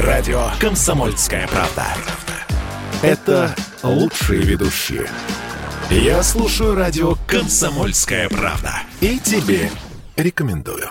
Радио «Комсомольская правда». Это лучшие ведущие. Я слушаю радио «Комсомольская правда». И тебе рекомендую.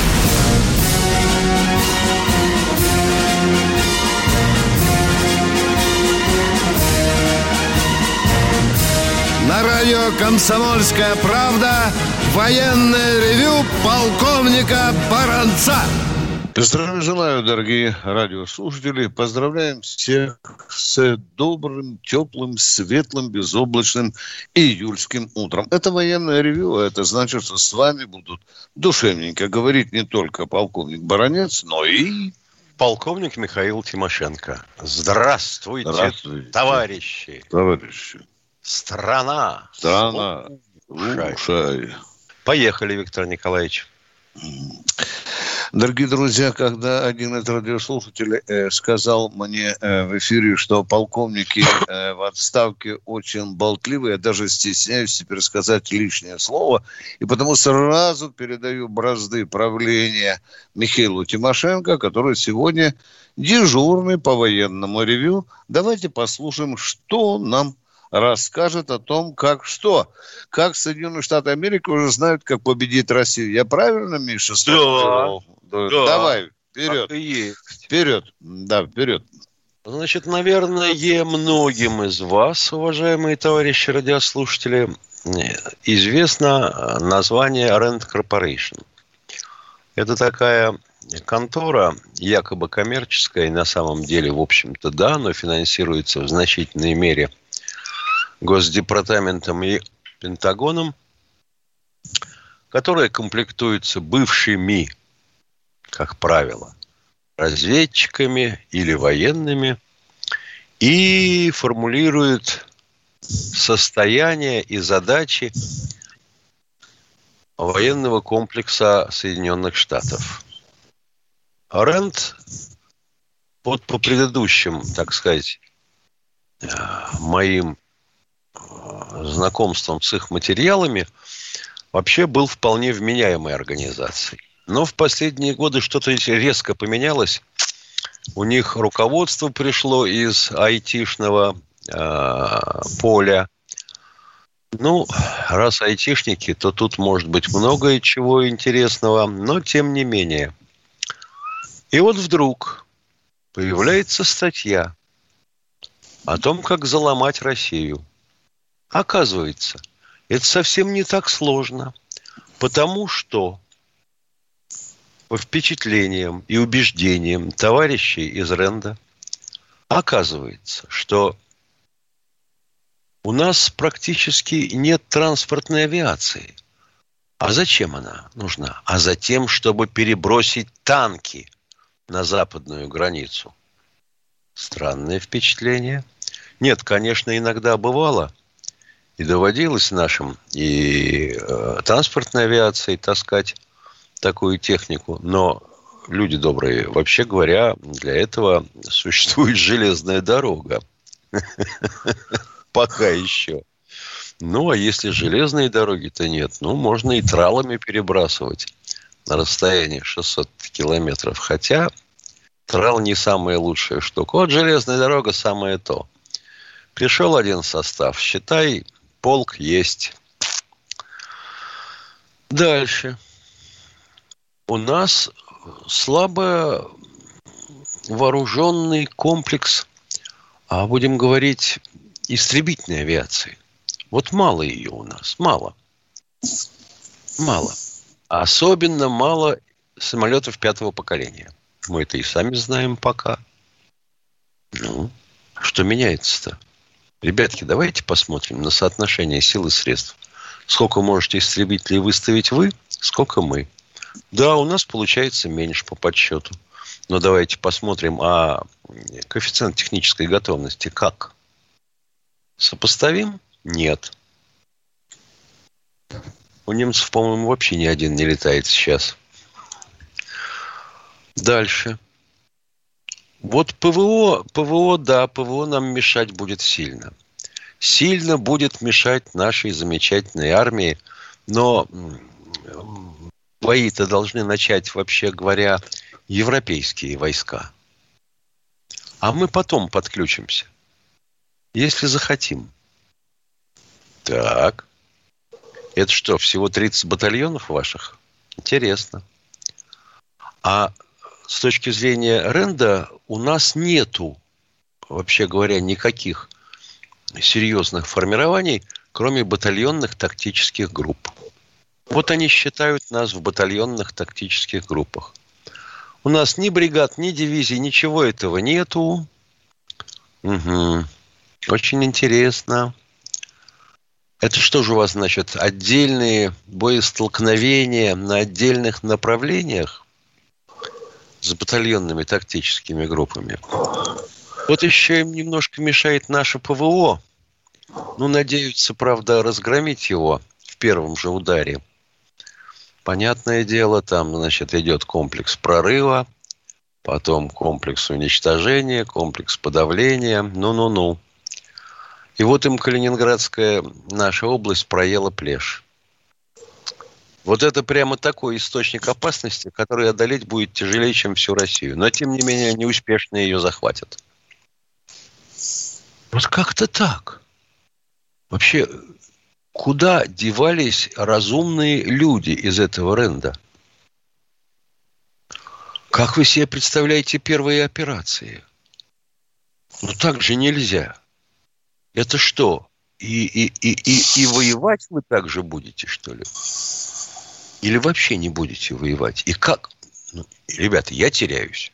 На радио «Комсомольская правда» военное ревю полковника Баранца. Здравия желаю, дорогие радиослушатели. Поздравляем всех с добрым, теплым, светлым, безоблачным июльским утром. Это военное ревью, а это значит, что с вами будут душевненько говорить не только полковник Баранец, но и... полковник Михаил Тимошенко. Здравствуйте, товарищи. Страна. Слушай. Поехали, Виктор Николаевич. Дорогие друзья, когда один из радиослушателей сказал мне в эфире, что полковники в отставке очень болтливые, я даже стесняюсь теперь сказать лишнее слово, и потому сразу передаю бразды правления Михаилу Тимошенко, который сегодня дежурный по военному ревью. Давайте послушаем, что нам расскажет о том, как Соединенные Штаты Америки уже знают, как победить Россию. Я правильно, Миша? Да. Давай, вперед. Вперед. Значит, наверное, многим из вас, уважаемые товарищи радиослушатели, известно название Rand Corporation. Это такая контора, якобы коммерческая, и на самом деле, в общем-то, да, но финансируется в значительной мере Госдепартаментом и Пентагоном, которая комплектуется бывшими, как правило, разведчиками или военными и формулирует состояние и задачи военного комплекса Соединенных Штатов. Рэнд по предыдущим, так сказать, моим знакомством с их материалами вообще был вполне вменяемой организацией. Но в последние годы что-то резко поменялось. У них руководство пришло из айтишного поля. Ну, раз айтишники, то тут может быть многое чего интересного, но тем не менее. И вот вдруг появляется статья о том, как заломать Россию. Оказывается, это совсем не так сложно, потому что по впечатлениям и убеждениям товарищей из Рэнда оказывается, что у нас практически нет транспортной авиации. А зачем она нужна? А затем, чтобы перебросить танки на западную границу. Странное впечатление. Нет, конечно, иногда бывало и доводилось нашим и транспортной авиацией таскать такую технику, но, люди добрые, вообще говоря, для этого существует железная дорога. Пока еще. Ну, а если железной дороги-то нет, можно и тралами перебрасывать на расстоянии 600 километров. Хотя трал не самая лучшая штука. Вот железная дорога самое то. Пришел один состав, считай, полк есть. Дальше. У нас слабо вооруженный комплекс, а будем говорить, истребительной авиации. Вот мало ее у нас. Мало. Особенно мало самолетов 5-го поколения. Мы это и сами знаем пока. Что меняется-то? Ребятки, давайте посмотрим на соотношение сил и средств. Сколько можете истребителей выставить вы, сколько мы. Да, у нас получается меньше по подсчету. Но давайте посмотрим, а коэффициент технической готовности как? Сопоставим? Нет. У немцев, по-моему, вообще ни один не летает сейчас. Дальше. Вот ПВО, да, ПВО нам мешать будет сильно. Сильно будет мешать нашей замечательной армии. Но бои-то должны начать, вообще говоря, европейские войска. А мы потом подключимся, если захотим. Так. Это что, всего 30 батальонов ваших? Интересно. А с точки зрения Ренда у нас нету, вообще говоря, никаких серьезных формирований, кроме батальонных тактических групп. Вот они считают нас в батальонных тактических группах. У нас ни бригад, ни дивизий, ничего этого нету. Угу. Очень интересно. Это что же у вас, значит, отдельные боестолкновения на отдельных направлениях с батальонными тактическими группами? Вот еще им немножко мешает наше ПВО. Ну, надеются, правда, разгромить его в первом же ударе. Понятное дело, там, значит, идет комплекс прорыва, потом комплекс уничтожения, комплекс подавления. Ну-ну-ну. И вот им Калининградская наша область проела плешь. Вот это прямо такой источник опасности, который одолеть будет тяжелее, чем всю Россию. Но, тем не менее, неуспешно ее захватят. Вот как-то так. Вообще, куда девались разумные люди из этого Ренда? Как вы себе представляете первые операции? Ну, так же нельзя. Это что? И воевать вы так же будете, что ли? Или вообще не будете воевать? И как? Ну, ребята, я теряюсь.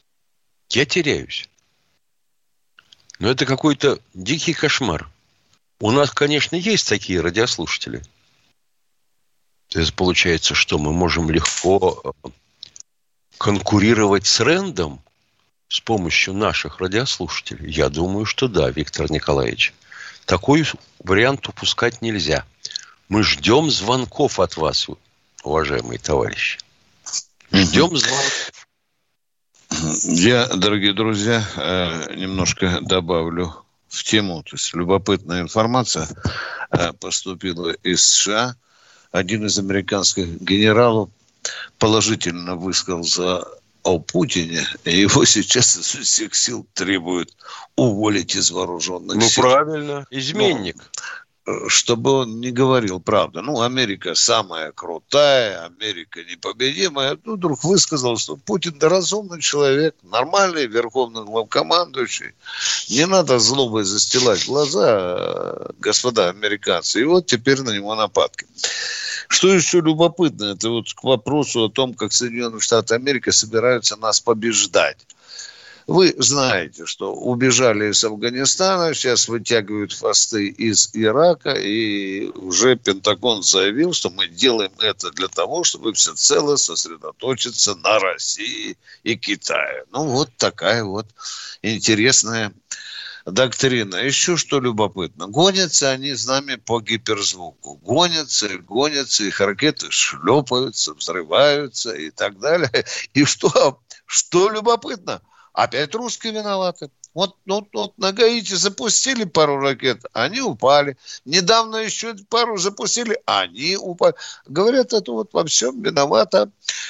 Но это какой-то дикий кошмар. У нас, конечно, есть такие радиослушатели. То есть получается, что мы можем легко конкурировать с Рендом с помощью наших радиослушателей. Я думаю, что да, Виктор Николаевич. Такой вариант упускать нельзя. Мы ждем звонков от вас, уважаемые товарищи. Ждем звонков. Я, дорогие друзья, немножко добавлю в тему. То есть любопытная информация поступила из США. Один из американских генералов положительно высказался о Путине, и его сейчас из всех сил требуют уволить из вооруженных сил. Ну, правильно. Изменник. Чтобы он не говорил правду. Ну, Америка самая крутая, Америка непобедимая. Ну, вдруг высказал, что Путин разумный человек, нормальный верховный главкомандующий. Не надо злобой застилать глаза, господа американцы. И вот теперь на него нападки. Что еще любопытно, это вот к вопросу о том, как Соединенные Штаты Америки собираются нас побеждать. Вы знаете, что убежали из Афганистана, сейчас вытягивают хвосты из Ирака, и уже Пентагон заявил, что мы делаем это для того, чтобы всецело сосредоточиться на России и Китае. Ну, вот такая вот интересная доктрина. Еще что любопытно. Гонятся они с нами по гиперзвуку. Гонятся, их ракеты шлепаются, взрываются и так далее. И что любопытно? Опять русские виноваты. Вот на Гаити запустили пару ракет, они упали. Недавно еще пару запустили, они упали. Говорят, это вот во всем виноваты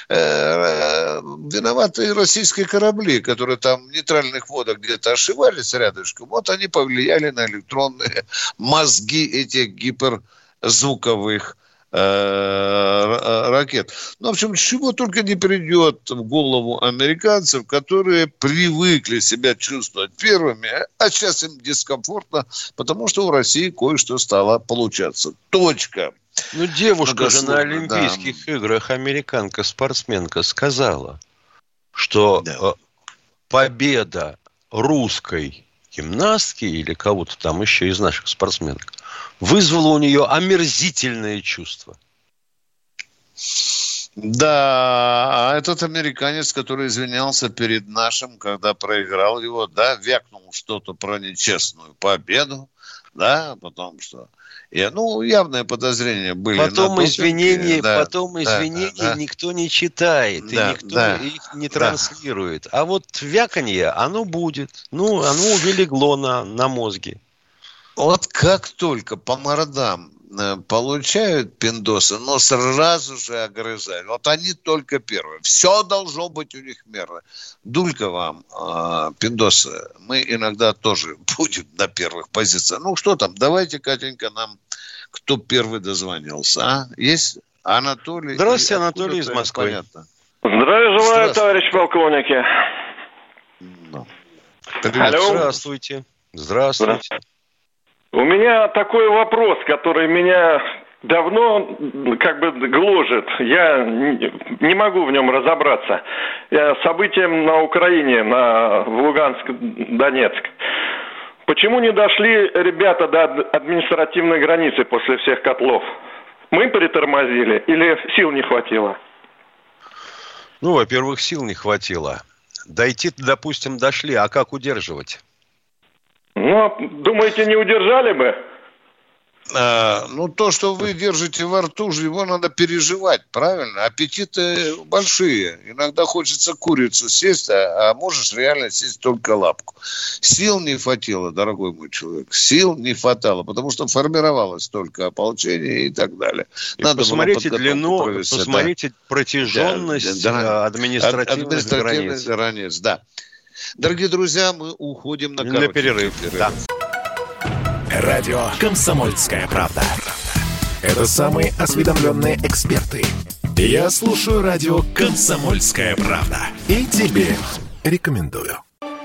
и российские корабли, которые там в нейтральных водах где-то ошивались рядышком. Вот они повлияли на электронные мозги этих гиперзвуковых ракет. Ну, в общем, чего только не придет в голову американцев, которые привыкли себя чувствовать первыми, а сейчас им дискомфортно, потому что у России кое-что стало получаться. Точка. Ну, девушка же на Олимпийских играх, американка-спортсменка, сказала, что победа русской гимнастки или кого-то там еще из наших спортсменок вызвало у нее омерзительное чувство. Да, а этот американец, который извинялся перед нашим, когда проиграл его, да, вякнул что-то про нечестную победу, да, потом что... явные подозрения были. Потом извинения никто не читает, и никто их не транслирует. А вот вяканье, оно будет. Ну, оно уже легло на мозги. Вот как только по мордам получают пиндосы, но сразу же огрызают. Вот они только первые. Все должно быть у них мерно. Дулька вам, пиндосы, мы иногда тоже будем на первых позициях. Ну, что там, давайте, Катенька, нам кто первый дозвонился, а? Есть Анатолий? Здравствуйте, Анатолий из Москвы. Понятно. Здравия желаю, товарищ полковники. Алло. Здравствуйте. Здравствуйте. У меня такой вопрос, который меня давно как бы гложет. Я не могу в нем разобраться. Событиям на Украине, в Луганск, Донецк. Почему не дошли ребята до административной границы после всех котлов? Мы притормозили или сил не хватило? Ну, во-первых, сил не хватило. Дойти, допустим, дошли, а как удерживать? Ну, думаете, не удержали бы? Ну, то, что вы держите во рту, его надо переживать, правильно? Аппетиты большие. Иногда хочется курицу съесть, а можешь реально съесть только лапку. Сил не хватило, дорогой мой человек. Сил не хватало, потому что формировалось только ополчение и так далее. Надо посмотрите длину, провести, посмотрите протяженность административных границ. Да. Дорогие друзья, мы уходим на короткий перерыв. Да. Радио «Комсомольская правда». Это самые осведомленные эксперты. Я слушаю радио «Комсомольская правда». И тебе рекомендую.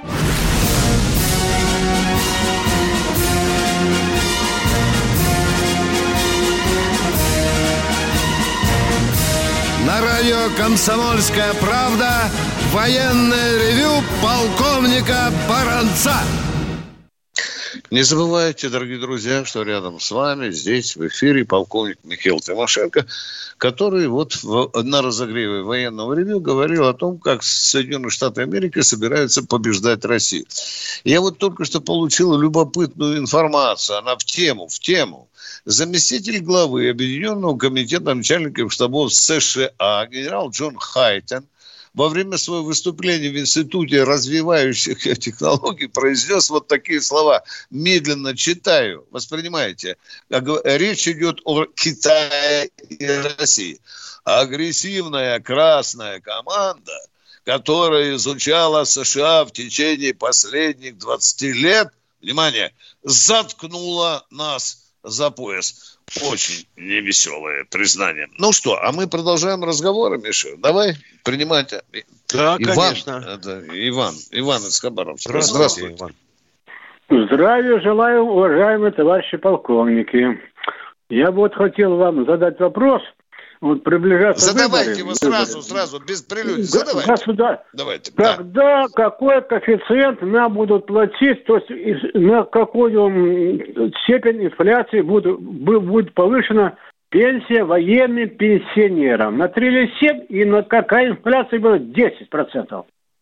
На радио «Комсомольская правда» военное ревю полковника Баранца. Не забывайте, дорогие друзья, что рядом с вами, здесь в эфире полковник Михаил Тимошенко, который вот на разогреве военного ревью говорил о том, как Соединенные Штаты Америки собираются побеждать Россию. Я вот только что получил любопытную информацию, она в тему. Заместитель главы Объединенного комитета начальников штабов США генерал Джон Хайтон во время своего выступления в Институте развивающихся технологий произнес вот такие слова. Медленно читаю. Воспринимаете? Речь идет о Китае и России. Агрессивная красная команда, которая изучала США в течение последних 20 лет, внимание, заткнула нас за пояс. Очень невеселое признание. Ну что, а мы продолжаем разговоры, Миша. Давай принимать. Да, Иван, конечно. Это Иван из Хабаровска. Здравствуйте, Иван. Здравия желаю, уважаемые товарищи полковники. Я бы вот хотел вам задать вопрос. Вот приближаться задавайте его сразу, без прелюдий. Задавайте. Давайте. Когда какой коэффициент нам будут платить, то есть на какую степень инфляции будет повышена пенсия военным пенсионерам? На 3 или 7, и на какая инфляция будет 10%?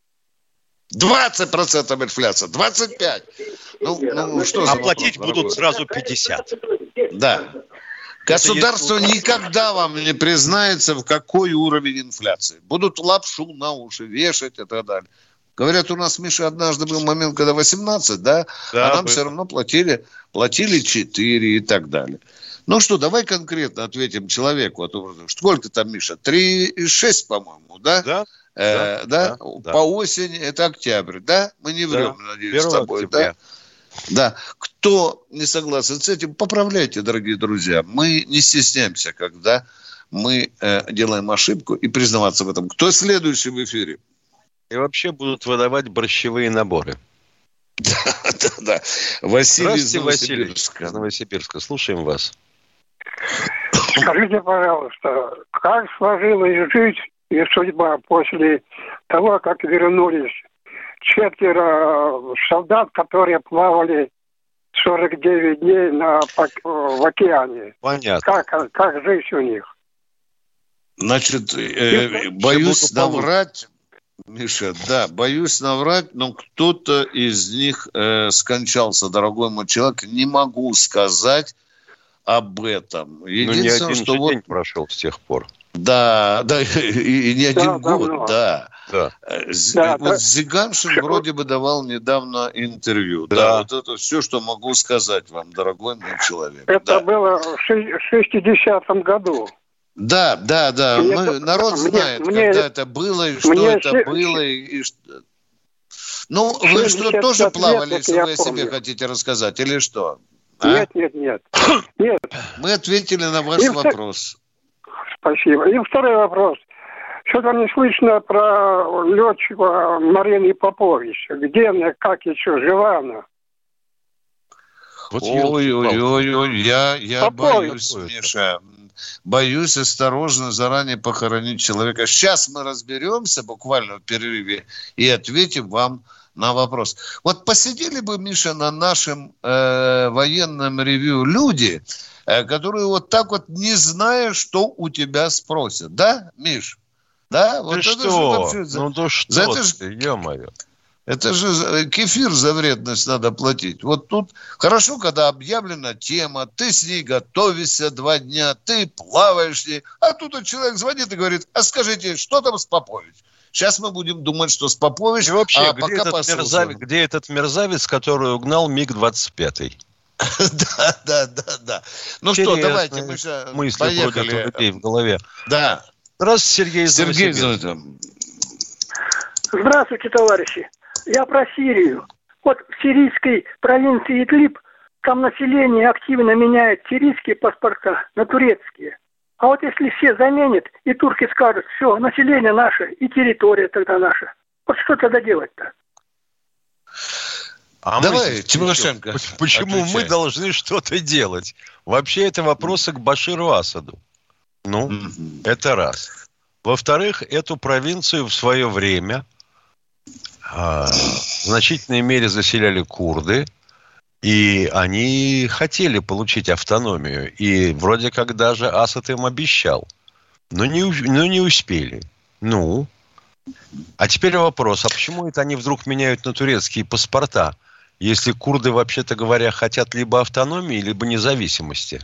20% инфляция, 25%. Ну что а платить будут сразу 50%. Да. Государство никогда вам не признается, в какой уровень инфляции. Будут лапшу на уши вешать и так далее. Говорят, у нас, Миша, однажды был момент, когда 18, да а нам все равно платили 4 и так далее. Ну что, давай конкретно ответим человеку. Сколько там, Миша? 3,6, по-моему, да? Да. По осени, это октябрь, да? Мы не врем, надеюсь, с тобой, да? Да. Кто не согласен с этим, поправляйте, дорогие друзья. Мы не стесняемся, когда мы делаем ошибку, и признаваться в этом. Кто следующий в эфире? И вообще будут выдавать борщевые наборы. Да. Василий из Новосибирска. Новосибирска. Слушаем вас. Скажите, пожалуйста, как сложилась жизнь и судьба после того, как вернулись 4 солдат, которые плавали 49 дней в океане? Понятно. Как жизнь у них? Значит, боюсь наврать, Миша, да, боюсь наврать, но кто-то из них скончался, дорогой мой человек, не могу сказать об этом. Единственное, не один день прошел с тех пор. Да, и не один год, давно. да. Да. Вот Зиганшин вроде бы давал недавно интервью. Да, вот это все, что могу сказать вам, дорогой мой человек. Это было в 60-м году. Да. Народ знает, когда это было, и что это было. Ну, вы что, тоже плавали, если вы о себе хотите рассказать, или что? Нет. Мы ответили на ваш вопрос. Спасибо. И второй вопрос. Что-то не слышно про летчика Марины Попович. Где она, как еще, жива она? Ой, я боюсь, Миша. Боюсь осторожно заранее похоронить человека. Сейчас мы разберемся буквально в перерыве и ответим вам на вопрос. Вот посидели бы, Миша, на нашем военном ревью люди, которые вот так вот, не зная, что у тебя спросят. Да, Миш? Да? Вот ты это что? Же вообще... Ну то что ты, ё-моё. Это же кефир за вредность надо платить. Вот тут хорошо, когда объявлена тема, ты с ней готовишься 2 дня, ты плаваешь с ней, а тут человек звонит и говорит, а скажите, что там с Попович? Сейчас мы будем думать, что с Попович, и вообще, а где, пока где этот мерзавец, который угнал МиГ-25? Да. Ну что, давайте мы мысли поехали. Мысли людей в голове. Да. Здравствуйте, Сергей. Здравствуйте, товарищи. Я про Сирию. Вот в сирийской провинции Идлиб там население активно меняет сирийские паспорта на турецкие. А вот если все заменят, и турки скажут, все, население наше, и территория тогда наша. Вот что тогда делать-то? Давай, Тимошенко. Почему мы должны что-то делать? Вообще это вопросы к Баширу Асаду. Ну, это раз. Во-вторых, эту провинцию в свое время в значительной мере заселяли курды, и они хотели получить автономию. И вроде как даже Асад им обещал. Но не успели. Ну, а теперь вопрос, а почему это они вдруг меняют на турецкие паспорта, если курды, вообще-то говоря, хотят либо автономии, либо независимости?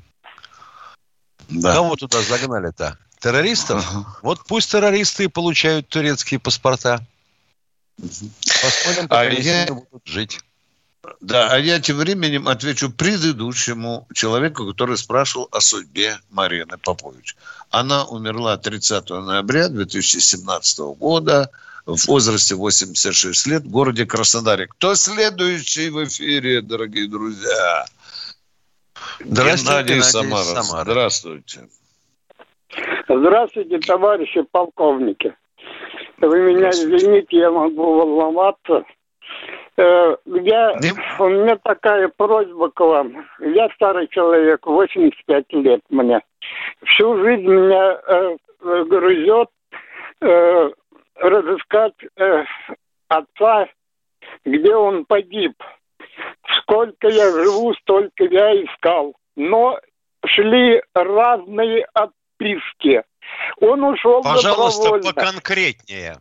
Да. Кого туда загнали-то? Террористов? Вот пусть террористы и получают турецкие паспорта. Посмотрим, как они будут жить. Да, а я тем временем отвечу предыдущему человеку, который спрашивал о судьбе Марины Попович. Она умерла 30 ноября 2017 года в возрасте 86 лет в городе Краснодаре. Кто следующий в эфире, дорогие друзья? Геннадий Самара. Здравствуйте. Здравствуйте, товарищи полковники. Вы меня извините, я могу волноваться. У меня такая просьба к вам. Я старый человек, 85 лет мне. Всю жизнь меня грызет разыскать отца, где он погиб. Сколько я живу, столько я искал. Но шли разные отписки. Он ушел пожалуйста, добровольно. поконкретнее.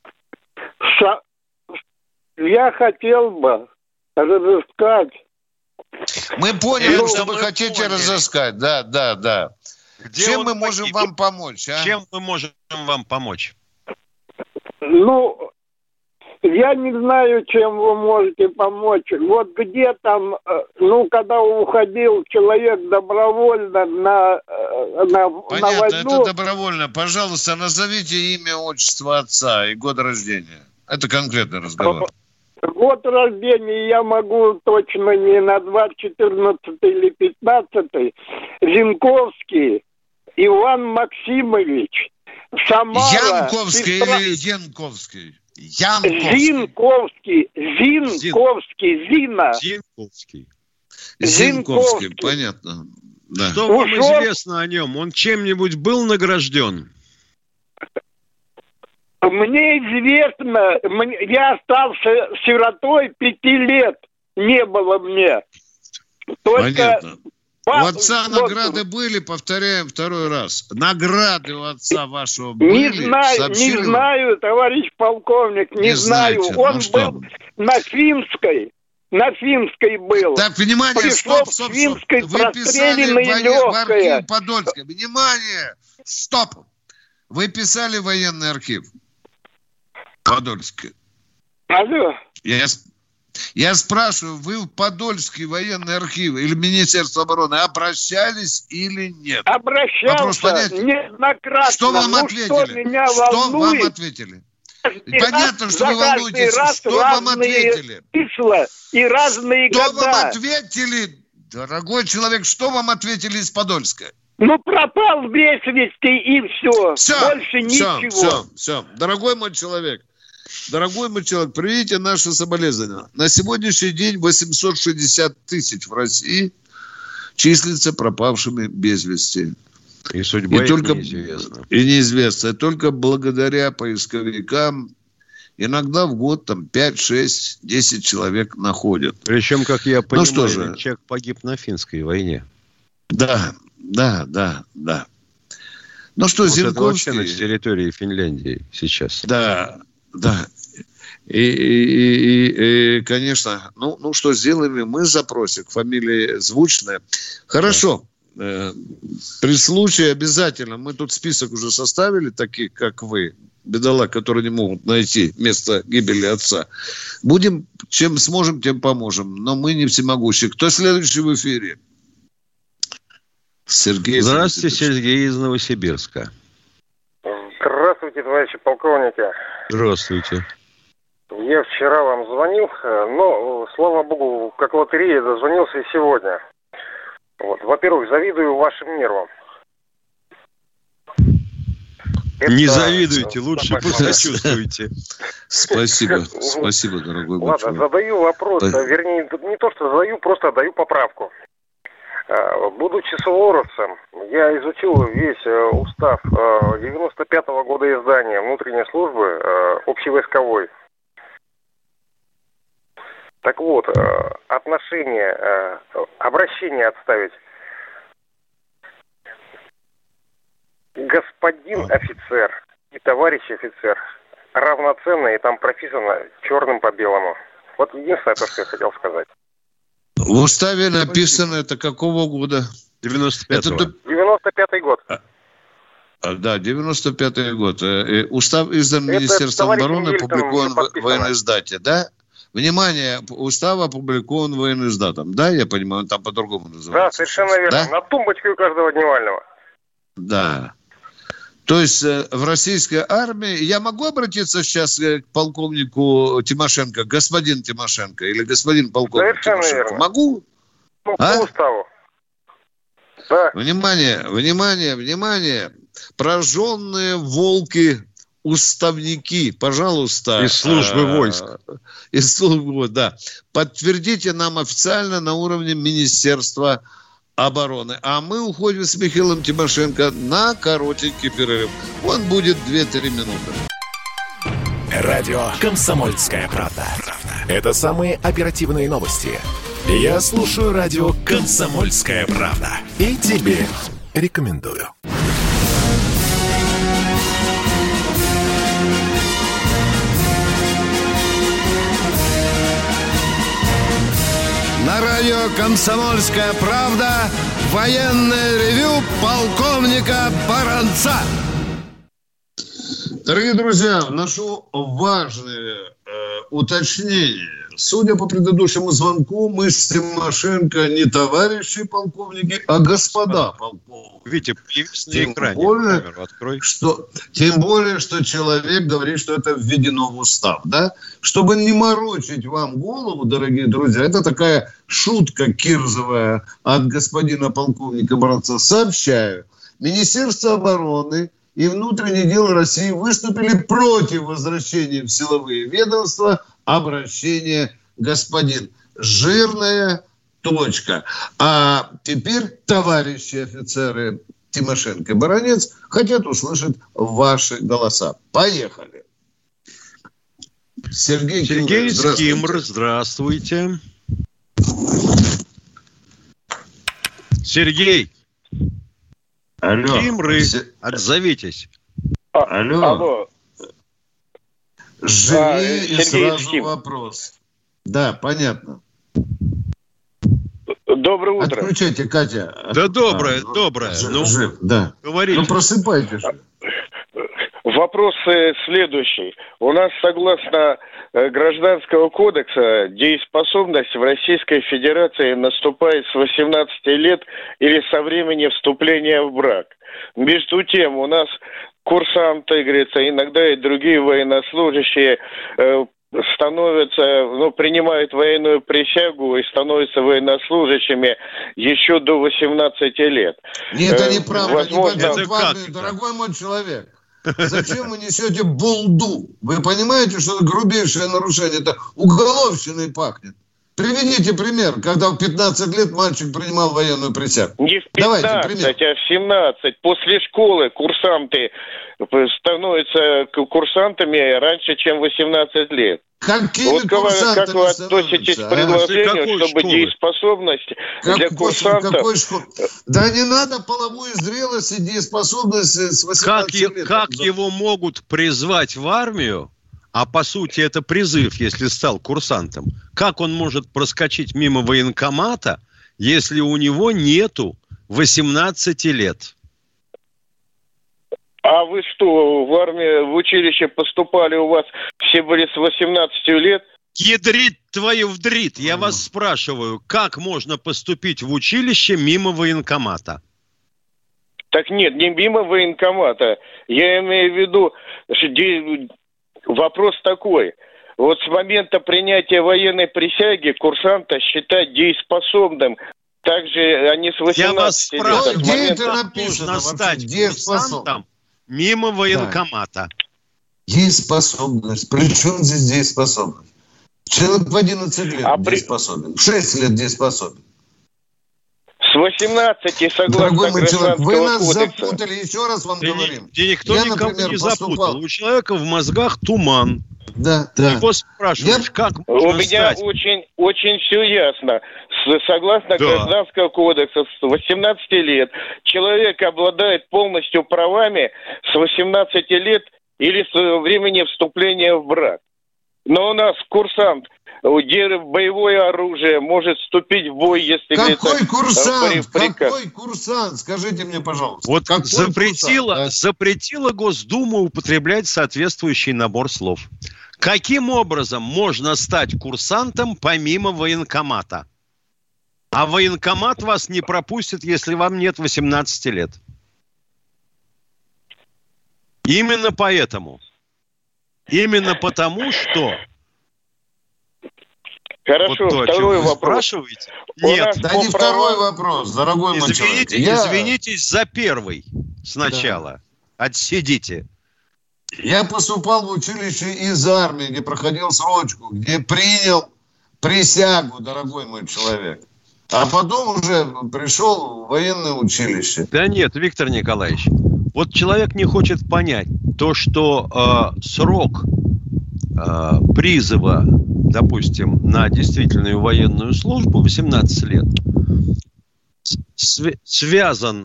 Я хотел бы разыскать. Мы поняли, что вы хотите разыскать. Да. Чем мы можем вам помочь? Чем мы можем вам помочь? Ну, я не знаю, чем вы можете помочь. Вот где там, когда уходил человек добровольно на Понятно, войну... это добровольно. Пожалуйста, назовите имя, отчество отца и год рождения. Это конкретный разговор. Год рождения я могу точно не назвать, 14 или 15. Зинковский Иван Максимович. Самара. Янковский или Янковский? Зинковский, понятно. Да. Что вам известно о нем? Он чем-нибудь был награжден? Мне известно, я остался сиротой 5 лет, не было мне. Только понятно. У отца награды были, повторяем второй раз. Награды у отца вашего были? Не знаю, товарищ полковник, не знаю. Он был на Финской. на Финской был. Так, внимание, Пришел стоп. с Финской Вы писали в легкое. архив Подольска. Внимание, стоп. Вы писали в военный архив Подольский. Алло. Я спрашиваю, вы в Подольский военный архив или Министерство обороны обращались или нет? Обращался неоднократно. Что вам ответили? Что меня волнует? Вам ответили? Понятно, что вы волнуетесь. Что вам ответили? Числа и разные года. Что вам ответили, дорогой человек, что вам ответили из Подольска? Ну, пропал без вести и все. Больше ничего. Все. Дорогой мой человек, приведите наши соболезнования. На сегодняшний день 860 тысяч в России числятся пропавшими без вести. И судьба неизвестна. И неизвестна. Только благодаря поисковикам иногда в год там 5, 6, 10 человек находят. Причем, как я понимаю, человек погиб на финской войне. Да. Ну что, вот Зинковский... Это вообще на территории Финляндии сейчас. Да. И конечно, ну что сделаем, мы запросик, фамилия звучная. Хорошо. При случае обязательно, мы тут список уже составили, таких как вы, бедолаг, которые не могут найти место гибели отца. Будем, чем сможем, тем поможем. Но мы не всемогущие. Кто следующий в эфире? Сергей. Здравствуйте, Сергей из Новосибирска. Здравствуйте, товарищи полковники. Здравствуйте. Я вчера вам звонил, но, слава богу, как лотерея дозвонился и сегодня. Вот. Во-первых, завидую вашим нервам. Не завидуйте, лучше посочувствуйте. Спасибо, дорогой мой человек. Ладно, задаю вопрос, вернее, не то, что задаю, просто даю поправку. Будучи суворовцем, я изучил весь устав 95-го года издания внутренней службы общевойсковой. Так вот, обращение отставить. Господин офицер и товарищ офицер равноценно, и там прописано черным по белому. Вот единственное, то, что я хотел сказать. В уставе написано, это какого года? 95-го. 95-й год. Да, 95-й год. Устав издан Министерством обороны, опубликован в военноиздате, да? Внимание, устав опубликован военноиздатом. Да, я понимаю, он там по-другому называется. Да, совершенно верно. Да? На тумбочке у каждого дневального. Да. То есть в российской армии... Я могу обратиться сейчас к полковнику Тимошенко, господин Тимошенко, или господин полковник совершенно Тимошенко? Верно. Могу? Ну, по уставу. Да. Внимание. Прожженные волки... Уставники, пожалуйста. Из службы войск. Из службы, да. Подтвердите нам официально на уровне Министерства обороны. А мы уходим с Михаилом Тимошенко на коротенький перерыв. Он будет 2-3 минуты. Радио «Комсомольская правда». Это самые оперативные новости. Я слушаю радио «Комсомольская правда». И тебе рекомендую. На радио «Комсомольская правда» военное ревю полковника Баранца. Дорогие друзья, вношу важное уточнение. Судя по предыдущему звонку, мы с Тимошенко не товарищи полковники, а господа полковники. Видите, появись на экране. Камеру открой. Тем более, что человек говорит, что это введено в устав. Да? Чтобы не морочить вам голову, дорогие друзья, это такая шутка кирзовая от господина полковника Баранца. Сообщаю, Министерство обороны и внутренние дела России выступили против возвращения в силовые ведомства обращения господин. Жирная точка. А теперь, товарищи офицеры Тимошенко и Баранец хотят услышать ваши голоса. Поехали. Сергей Кимр, здравствуйте. Сергей. Алло. Кимры, отзовитесь. Алло. Живи и Сергей сразу вопрос. Да, понятно. Доброе утро. Отключайте, Катя. Да доброе. Жив, да. Говорите. Просыпайтесь. Вопрос следующий. У нас, согласно Гражданского кодекса, дееспособность в Российской Федерации наступает с 18 лет или со времени вступления в брак. Между тем, у нас курсанты, говорится, иногда и другие военнослужащие принимают военную присягу и становятся военнослужащими еще до 18 лет. Нет, это неправда. Возможно, дорогой мой человек. Зачем вы несете булду? Вы понимаете, что это грубейшее нарушение? Это уголовщиной пахнет. Приведите пример, когда в 15 лет мальчик принимал военную присягу. Не в 15, а в 17. После школы курсанты становятся курсантами раньше, чем 18 лет. Какими курсантами как вы относитесь к предложению, чтобы дееспособность для курсантов... Да не надо половую зрелость и дееспособность с 18 лет. Как его могут призвать в армию, а по сути это призыв, если стал курсантом, как он может проскочить мимо военкомата, если у него нету 18 лет? А вы что, в армию, в училище поступали, у вас все были с 18 лет? Ядрит твою вдрит. Я вас спрашиваю, как можно поступить в училище мимо военкомата? Так нет, не мимо военкомата. Я имею в виду, вопрос такой. Вот с момента принятия военной присяги курсанта считать дееспособным. Также они с 18 Я вас спрашиваю, где это написано? Нужно стать курсантом мимо военкомата. Дееспособность. При чем здесь дееспособность? Человек в 11 лет дееспособен. В 6 лет дееспособен. С 18, согласно Дорогой мой человек, вы нас кодекса. запутали, еще раз вам говорим. Где никто никого не запутал. У человека в мозгах туман. Да. Его спрашиваешь, как можно У меня очень все ясно. Согласно Гражданского кодекса, с 18 лет человек обладает полностью правами с 18 лет или с времени вступления в брак. Но у нас курсант, боевое оружие, может вступить в бой, если... Какой курсант? Какой курсант? Скажите мне, пожалуйста. Вот запретила Госдума употреблять соответствующий набор слов. Каким образом можно стать курсантом помимо военкомата? А военкомат вас не пропустит, если вам нет 18 лет. Именно поэтому. Именно потому, что... Хорошо, вот то, второй вы вопрос. Спрашиваете? Нет. Да не второй вопрос, дорогой мой человек. Извинитесь за первый сначала. Да. Отсидите. Я поступал в училище из армии, где проходил срочку, где принял присягу, дорогой мой человек. А потом уже пришел в военное училище. Да нет, Виктор Николаевич, вот человек не хочет понять то, что срок призыва, допустим, на действительную военную службу 18 лет связан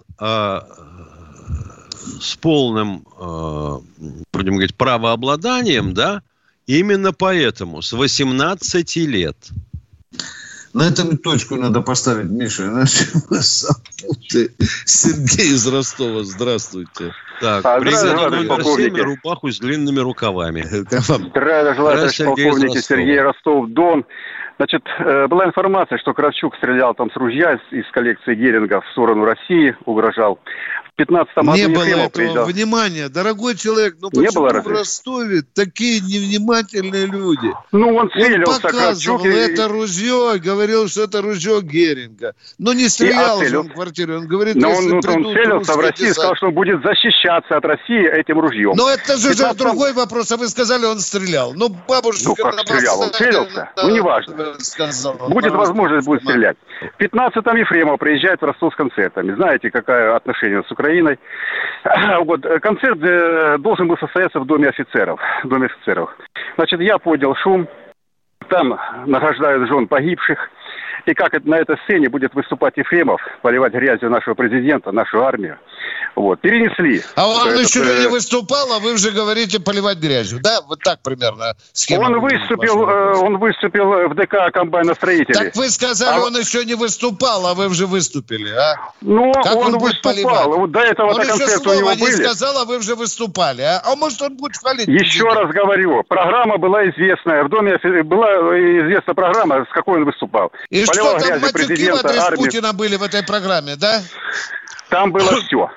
с полным, будем говорить, правообладанием, да, именно поэтому с 18 лет. На этом точку надо поставить, Миша, иначе мы запутаем. Сергей из Ростова, здравствуйте. Так, бригада рубаху с длинными рукавами. Здравия желаю, товарищ полковник, Сергей, Ростов-Дон. Значит, была информация, что Кравчук стрелял там с ружья из коллекции Геринга в сторону России, угрожал. В 15-м году не было этого приезжал. Внимания, дорогой человек, ну почему в Ростове такие невнимательные люди? Ну, он целился, он показывал это ружье, говорил, что это ружье Геринга. Но не стрелял же он в квартире, он говорит, но он целился в России и сказал, что он будет защищаться от России этим ружьем. Но это же другой вопрос, а вы сказали, он стрелял. Ну, бабушка... Ну, как стрелял? Он целился? Ну, неважно. Будет возможность, будет стрелять. В 15-м Ефремов приезжает в Ростов с концертами. Знаете, какое отношение с Украиной? Вот, концерт должен был состояться в Доме офицеров. Значит, я поднял шум. Там награждают жен погибших. и как на этой сцене будет выступать Ефремов, поливать грязью нашего президента, нашу армию. Вот, перенесли. А он еще не выступал, а вы уже говорите поливать грязью, да? Вот так примерно схема. Он выступил в ДК комбайностроителей. Так вы сказали, он еще не выступал, а вы уже выступили, а? Ну, как он выступал. Вот до этого-то концерты у него были. Он еще слова не сказал, а вы уже выступали, а? А может, он будет хвалить? Еще раз говорю, программа была известная. В Доме была известна программа, с какой он выступал. И поливал что там, матюки в адрес армии. Путина были в этой программе, да? Там было все.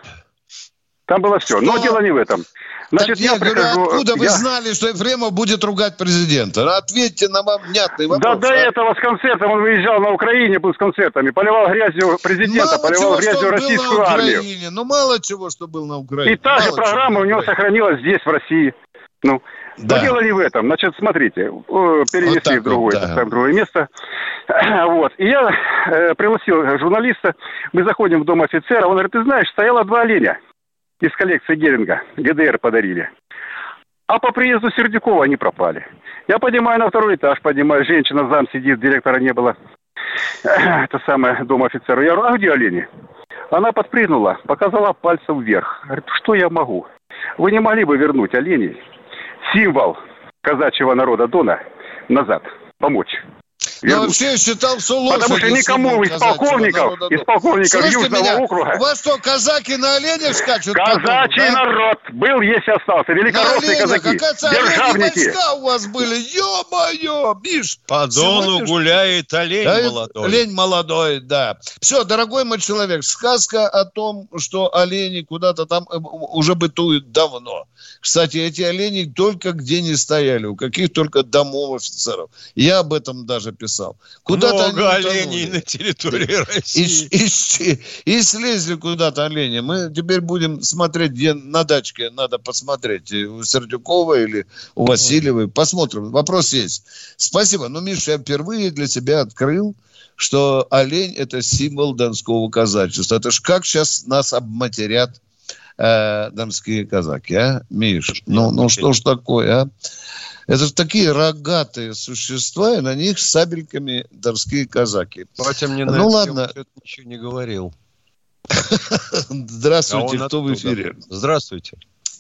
Там было все. Но дело не в этом. Значит, так я говорю, откуда вы знали, что Ефремов будет ругать президента? Ответьте на вам внятный вопрос. Да до этого с концертом он выезжал на Украине, был с концертами, поливал грязью президента, поливал грязью российскую армию. Ну, мало чего, что был на Украине. И та же программа у него сохранилась здесь, в России. Ну, да. Но дело не в этом. Значит, смотрите, перенесли вот в другое место. Вот. И я пригласил журналиста, мы заходим в дом офицера, он говорит, ты знаешь, стояло 2 оленя из коллекции Геринга, ГДР подарили. А по приезду Сердюкова они пропали. Я поднимаю на 2-й этаж, женщина зам сидит, директора не было. Это самое, дом офицера. Я говорю, а где олени? Она подпрыгнула, показала пальцем вверх. Говорит, что я могу? Вы не могли бы вернуть оленей, символ казачьего народа Дона, назад, помочь? Я вообще считал, что лошади. Потому что никому из полковников Южного округа... У вас что, казаки на оленях скачут? Казачий потом, да? Народ был, есть и остался. Великороссные казаки, державники. Войска у вас были, ё-моё, Миш. По Дону гуляет олень молодой. Олень молодой, да. Все, дорогой мой человек, сказка о том, что олени куда-то там уже бытуют давно. Кстати, эти олени только где не стояли, у каких только домов офицеров. Я об этом даже писал. Куда-то много оленей на территории России. И слезли куда-то олени. Мы теперь будем смотреть, где на дачке надо посмотреть. У Сердюкова или у Васильевой. Посмотрим. Вопрос есть. Спасибо. Ну, Миша, я впервые для себя открыл, что олень – это символ донского казачества. Это ж как сейчас нас обматерят донские казаки, а, Миш? Ну что ж такое, а? Это же такие рогатые существа, и на них с сабельками донские казаки. Батя мне ладно. Ничего не говорил. Здравствуйте, кто в эфире? Здравствуйте.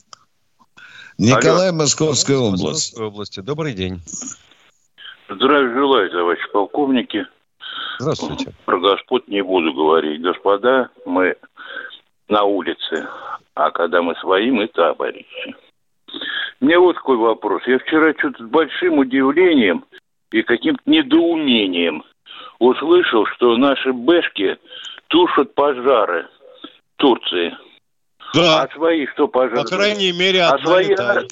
Николай, Московская область. Московской области. Добрый день. Здравия желаю, товарищи полковники. Здравствуйте. Про господ не буду говорить. Господа, мы на улице, а когда мы свои, мы товарищи. Мне вот какой вопрос. Я вчера что-то с большим удивлением и каким-то недоумением услышал, что наши бэшки тушат пожары в Турции. Да. А свои что пожары? По крайней мере, одна летает.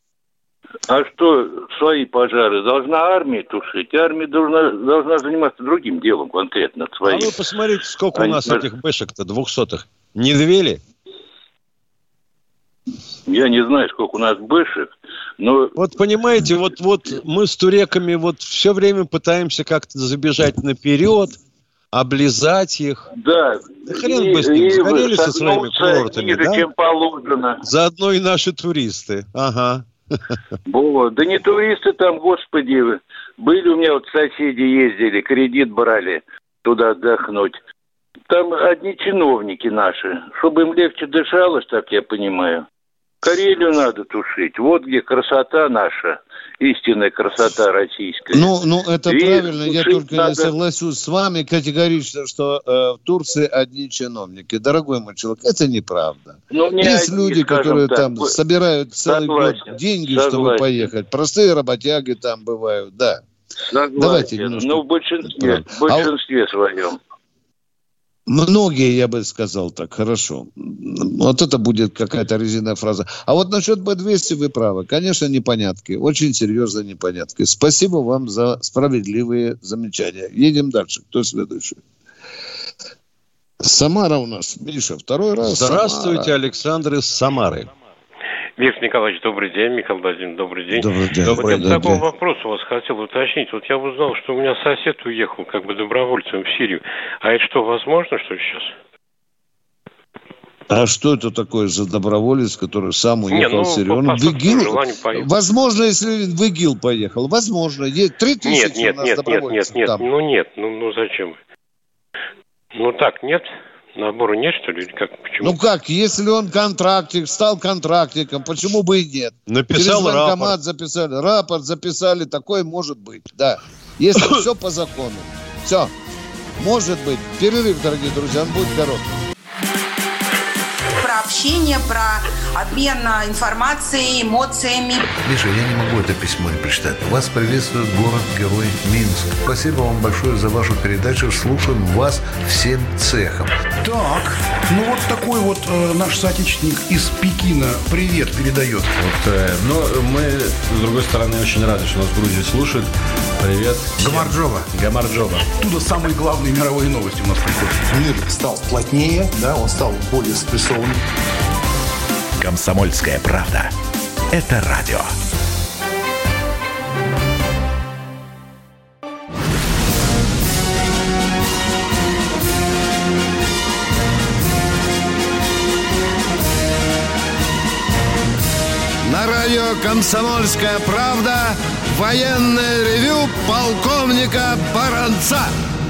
А что свои пожары? Должна армия тушить? Армия должна заниматься другим делом конкретно. Своим. А вы посмотрите, сколько у нас этих бэшек-то, 200-х. Не 2 ли? Я не знаю, сколько у нас бэшек, но... Вот понимаете, вот мы с туреками вот все время пытаемся как-то забежать наперед, облизать их. Да. Хрен бы с ним, сгорели со своими курортами, ниже, да? чем положено. Заодно и наши туристы. Ага. Вот. Да не туристы там, господи. Были у меня вот соседи ездили, кредит брали туда отдохнуть. Там одни чиновники наши. Чтобы им легче дышалось, так я понимаю. Карелию надо тушить. Вот где красота наша, истинная красота российская. Ну это правильно. Я только не соглашусь с вами категорично, что в Турции одни чиновники. Дорогой мой человек, это неправда. Есть люди, которые там собирают целый год деньги, чтобы поехать. Простые работяги там бывают, да. Согласен. Давайте немножко. В большинстве своем. Многие, я бы сказал так, хорошо. Вот это будет какая-то резиновая фраза. А вот насчет Б-200 вы правы. Конечно, непонятки. Очень серьезные непонятки. Спасибо вам за справедливые замечания. Едем дальше. Кто следующий? Самара у нас. Миша, 2-й раз. Здравствуйте, Самара. Александр из Самары. Виктор Николаевич, добрый день. Михаил Владимирович, добрый день. Добрый день. Вот я такой вопрос у вас хотел уточнить. Вот я узнал, что у меня сосед уехал как бы добровольцем в Сирию. А это что, возможно, что сейчас? А что это такое за доброволец, который сам уехал в Сирию? Он в ИГИЛ? Возможно, если в ИГИЛ поехал. Возможно. 3000 у нас добровольцев там. Ну зачем? Ну так, нет? Набора нет, что ли? Почему? Ну как, если он контрактик, стал контрактиком, почему бы и нет? Написал через военкомат рапорт. записали, рапорт записали, такое может быть, да. Если все по закону. Все. Может быть. Перерыв, дорогие друзья, он будет короткий. Про общение, про обмен информацией, эмоциями. Миша, я не могу это письмо не прочитать. Вас приветствует город-герой Минск. Спасибо вам большое за вашу передачу. Слушаем вас всем цехом. Так, ну вот такой вот наш соотечественник из Пекина привет передает. Но мы, с другой стороны, очень рады, что нас в Грузии слушают. Привет. Гамарджоба. Оттуда самые главные мировые новости у нас приходят. Мир стал плотнее, да, он стал более спрессованным. «Комсомольская правда». Это радио. На радио «Комсомольская правда» военное ревю полковника Баранца.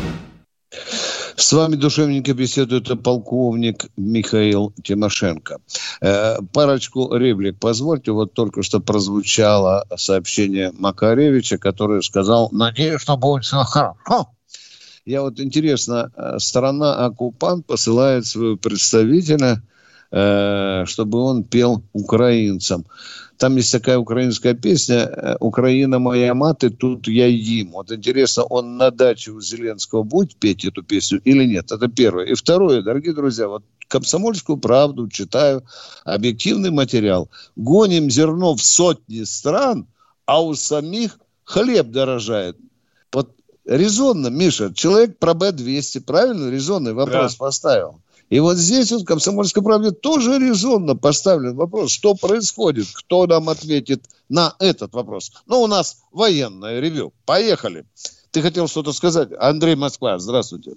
С вами душевненько беседует полковник Михаил Тимошенко. Парочку реплик позвольте. Вот только что прозвучало сообщение Макаревича, который сказал: «Надеюсь, что будет все хорошо». Я вот интересно, страна-оккупант посылает своего представителя, чтобы он пел украинцам. Там есть такая украинская песня «Украина моя мати, тут я им». Вот интересно, он на даче у Зеленского будет петь эту песню или нет? Это первое. И второе, дорогие друзья, вот «Комсомольскую правду» читаю, объективный материал. Гоним зерно в сотни стран, а у самих хлеб дорожает. Вот резонно, Миша, человек про Б-200, правильно? Резонный вопрос поставил. И вот здесь вот в «Комсомольской правде» тоже резонно поставлен вопрос, что происходит, кто нам ответит на этот вопрос. Ну, у нас военное ревью. Поехали. Ты хотел что-то сказать? Андрей, Москва, здравствуйте.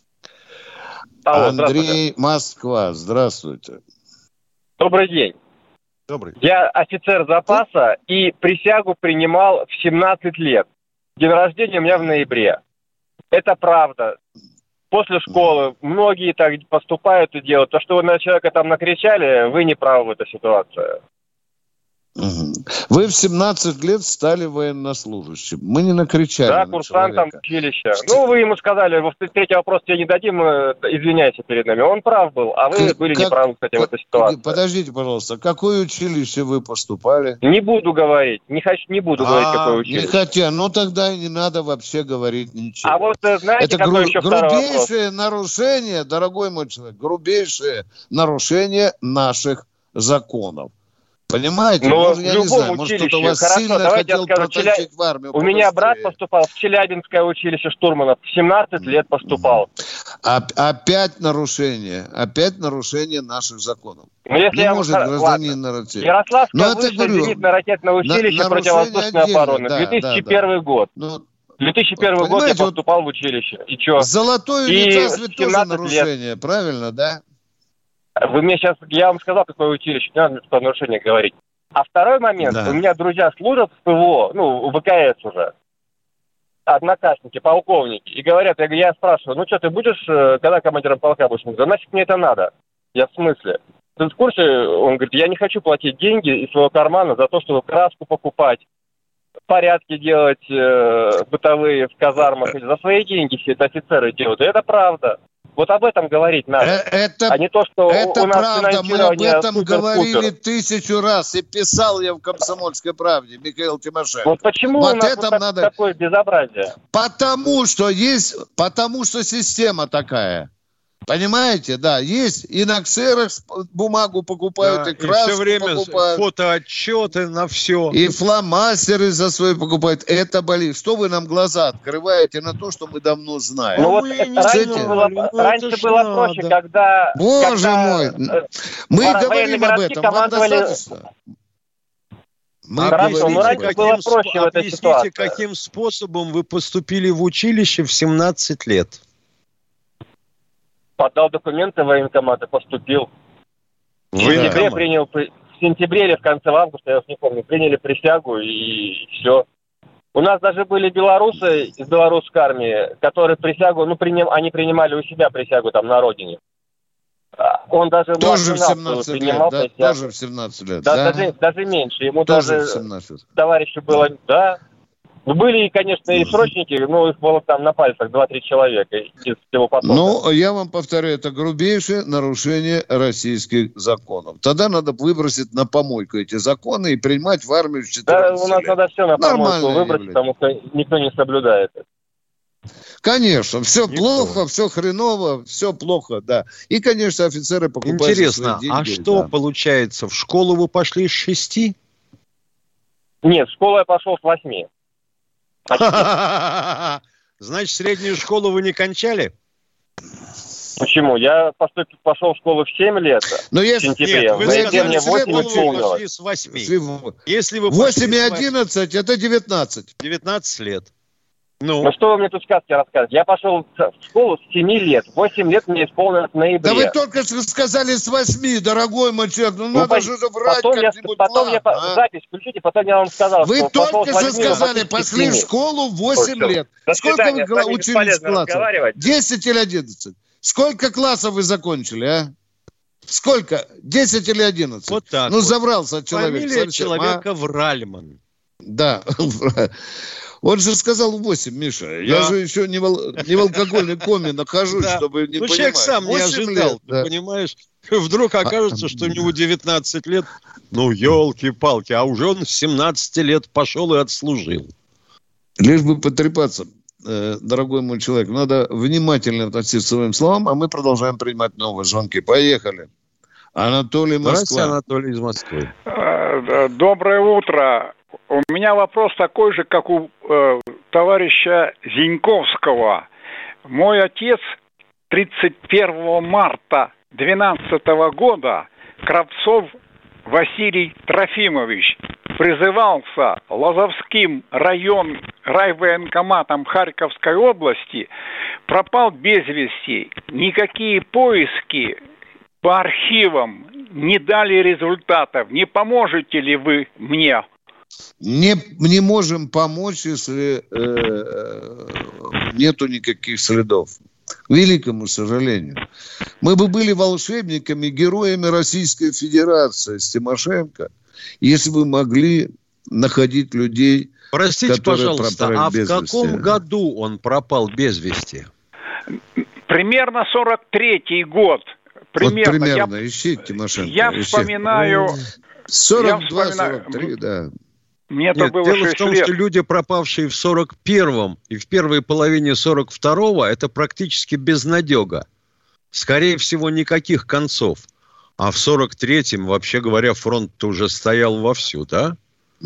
Алло, Андрей, Москва, здравствуйте. Добрый день. Добрый. Я офицер запаса и присягу принимал в 17 лет. День рождения у меня в ноябре. Это правда. После школы многие так поступают и делают. То, что вы на человека там накричали, вы не правы в этой ситуации. Вы в 17 лет стали военнослужащим. Мы не накричали. Да, курсантом училища. Ну, вы ему сказали, третий вопрос тебе не дадим, извиняйся перед нами. Он прав был, а вы были неправы, кстати, в этой ситуации. Подождите, пожалуйста, какое училище вы поступали? Не буду говорить. Не буду говорить, какое училище. Не хотя, ну тогда и не надо вообще говорить ничего. А вот знаете, это какое еще второй вопрос? Грубейшее нарушение, дорогой мой человек, грубейшее нарушение наших законов. Понимаете? Но в любом училище. Хорошо, сильно давайте я скажу. в армию. У меня брат поступал в Челябинское училище штурманов. В 17 лет поступал. Опять нарушение наших законов. Ну, если не может гражданин нарушить. Ярославское высшее зенитно-ракетное училище противовоздушной обороны. 2001 год. 2001 год я поступал в училище. И что? Золотой унитаз ведь тоже нарушение, правильно, да? Вы мне сейчас, я вам сказал, какое училище, не надо про нарушение говорить. А второй момент, у меня друзья служат в ПВО, в ВКС уже, однокашники, полковники, и говорят, я спрашиваю, ну что, ты будешь, когда командиром полка будешь? Он говорит, нафиг мне это надо. Я в смысле? Ты в курсе? Он говорит, я не хочу платить деньги из своего кармана за то, чтобы краску покупать, порядки делать бытовые в казармах, за свои деньги все это офицеры делают. И это правда. Вот об этом говорить надо, а не то, что это у нас правда, финансирование мы об этом говорили супер-пупер. 1000 раз, и писал я в «Комсомольской правде», Михаил Тимошенко. Вот почему у нас вот такое безобразие? Потому что система такая. Понимаете, да, есть и на ксерокс бумагу покупают, и краску все время покупают. Фотоотчеты на все. И фломастеры за свои покупают. Это болит. Что вы нам глаза открываете на то, что мы давно знаем? Ну вот раньше было проще, когда... Боже мой! Мы говорим об этом. Вам достаточно? Раньше было проще в этой ситуации. Объясните, каким способом вы поступили в училище в 17 лет? Подал документы в военкомат и поступил. В сентябре или в конце августа, я уж не помню, приняли присягу и все. У нас даже были белорусы из белорусской армии, которые присягу, они принимали у себя присягу там на родине. Он даже тоже в 17 лет, да? Тоже в 17 лет, да? Даже меньше. Ему тоже даже 17. Товарищу было, да. Были, конечно, и срочники, но их было там на пальцах 2-3 человека из всего потока. Ну, я вам повторяю, это грубейшее нарушение российских законов. Тогда надо выбросить на помойку эти законы и принимать в армию 14 лет. Да, у нас надо все на помойку выбросить, потому что никто не соблюдает это. Конечно, все плохо, все хреново, все плохо, да. И, конечно, офицеры покупают интересно, свои деньги. А что получается, в школу вы пошли с 6? Нет, в школу я пошел с 8. Значит, среднюю школу вы не кончали? Почему? Я пошел в школу в 7 лет. Но в сентябре. Нет, вы сказали, мне 8 пошли с 8. Если вы 8 и 11, это 19. 19 лет. Ну что вы мне тут сказки рассказываете? Я пошел в школу с 7 лет. 8 лет мне исполнилось в ноябре. Да вы только что сказали с 8, дорогой мой человек. Ну надо же врать как-нибудь. Потом я запись включите, потом я вам сказал, вы только что сказали, пошли в школу в 8 лет. Сколько вы учились классов? 10 или 11? Сколько классов вы закончили, а? Сколько? 10 или 11? Вот так. Ну, заврался человек. Фамилия человека Вральман. Да. Он же сказал 8, Миша. Да. Я же еще не в алкогольной коме нахожусь, чтобы не понимать. Ну, человек сам не ожидал, лет, ты понимаешь? Вдруг окажется, что у него 19 лет. Ну, елки-палки, а уже он с 17 лет пошел и отслужил. Лишь бы потрепаться, дорогой мой человек. Надо внимательно относиться к своим словам, а мы продолжаем принимать новые звонки. Поехали. Анатолий, Москва. Здравствуйте, Анатолий из Москвы. Доброе утро. У меня вопрос такой же, как у товарища Зиньковского. Мой отец 31 марта 2012 года, Кравцов Василий Трофимович, призывался Лозовским райвоенкоматом Харьковской области, пропал без вести. Никакие поиски по архивам не дали результатов. Не поможете ли вы мне? Не можем помочь, если нету никаких следов. К великому сожалению. Мы бы были волшебниками, героями Российской Федерации с Тимошенко, если бы могли находить людей, простите, пожалуйста, а в каком году он пропал без вести? Примерно 43-й год. Примерно. Ищите Тимошенко. Я вспоминаю... 42-43, да. Нет, было дело в том, лет. Что люди, пропавшие в 41-м и в первой половине 42-го, это практически безнадега. Скорее всего, никаких концов. А в 43-м, вообще говоря, фронт уже стоял вовсю, да?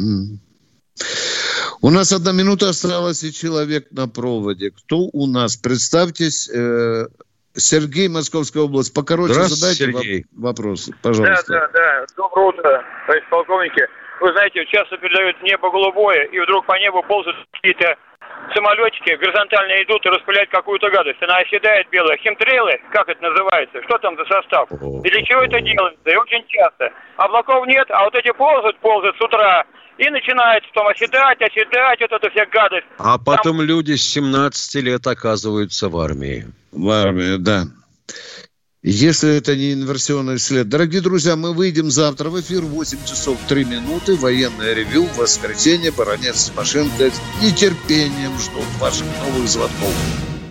У нас 1 минута осталась, и человек на проводе. Кто у нас? Представьтесь, Сергей, Московская область. Покороче задайте вопросы, пожалуйста. Да. Доброе утро, товарищ полковники. Вы знаете, часто передают небо голубое, и вдруг по небу ползают какие-то самолетики, горизонтально идут и распыляют какую-то гадость. Она оседает белая. Химтрейлы, как это называется? Что там за состав? И для чего это делается? И очень часто. Облаков нет, а вот эти ползают с утра. И начинает потом оседать, вот эта вся гадость. А потом люди с 17 лет оказываются в армии. В армии, да. Если это не инверсионный след. Дорогие друзья, мы выйдем завтра в эфир в 8 часов 3 минуты. Военное ревю в воскресенье. Баронец Тимошенко с нетерпением ждут ваших новых звонков.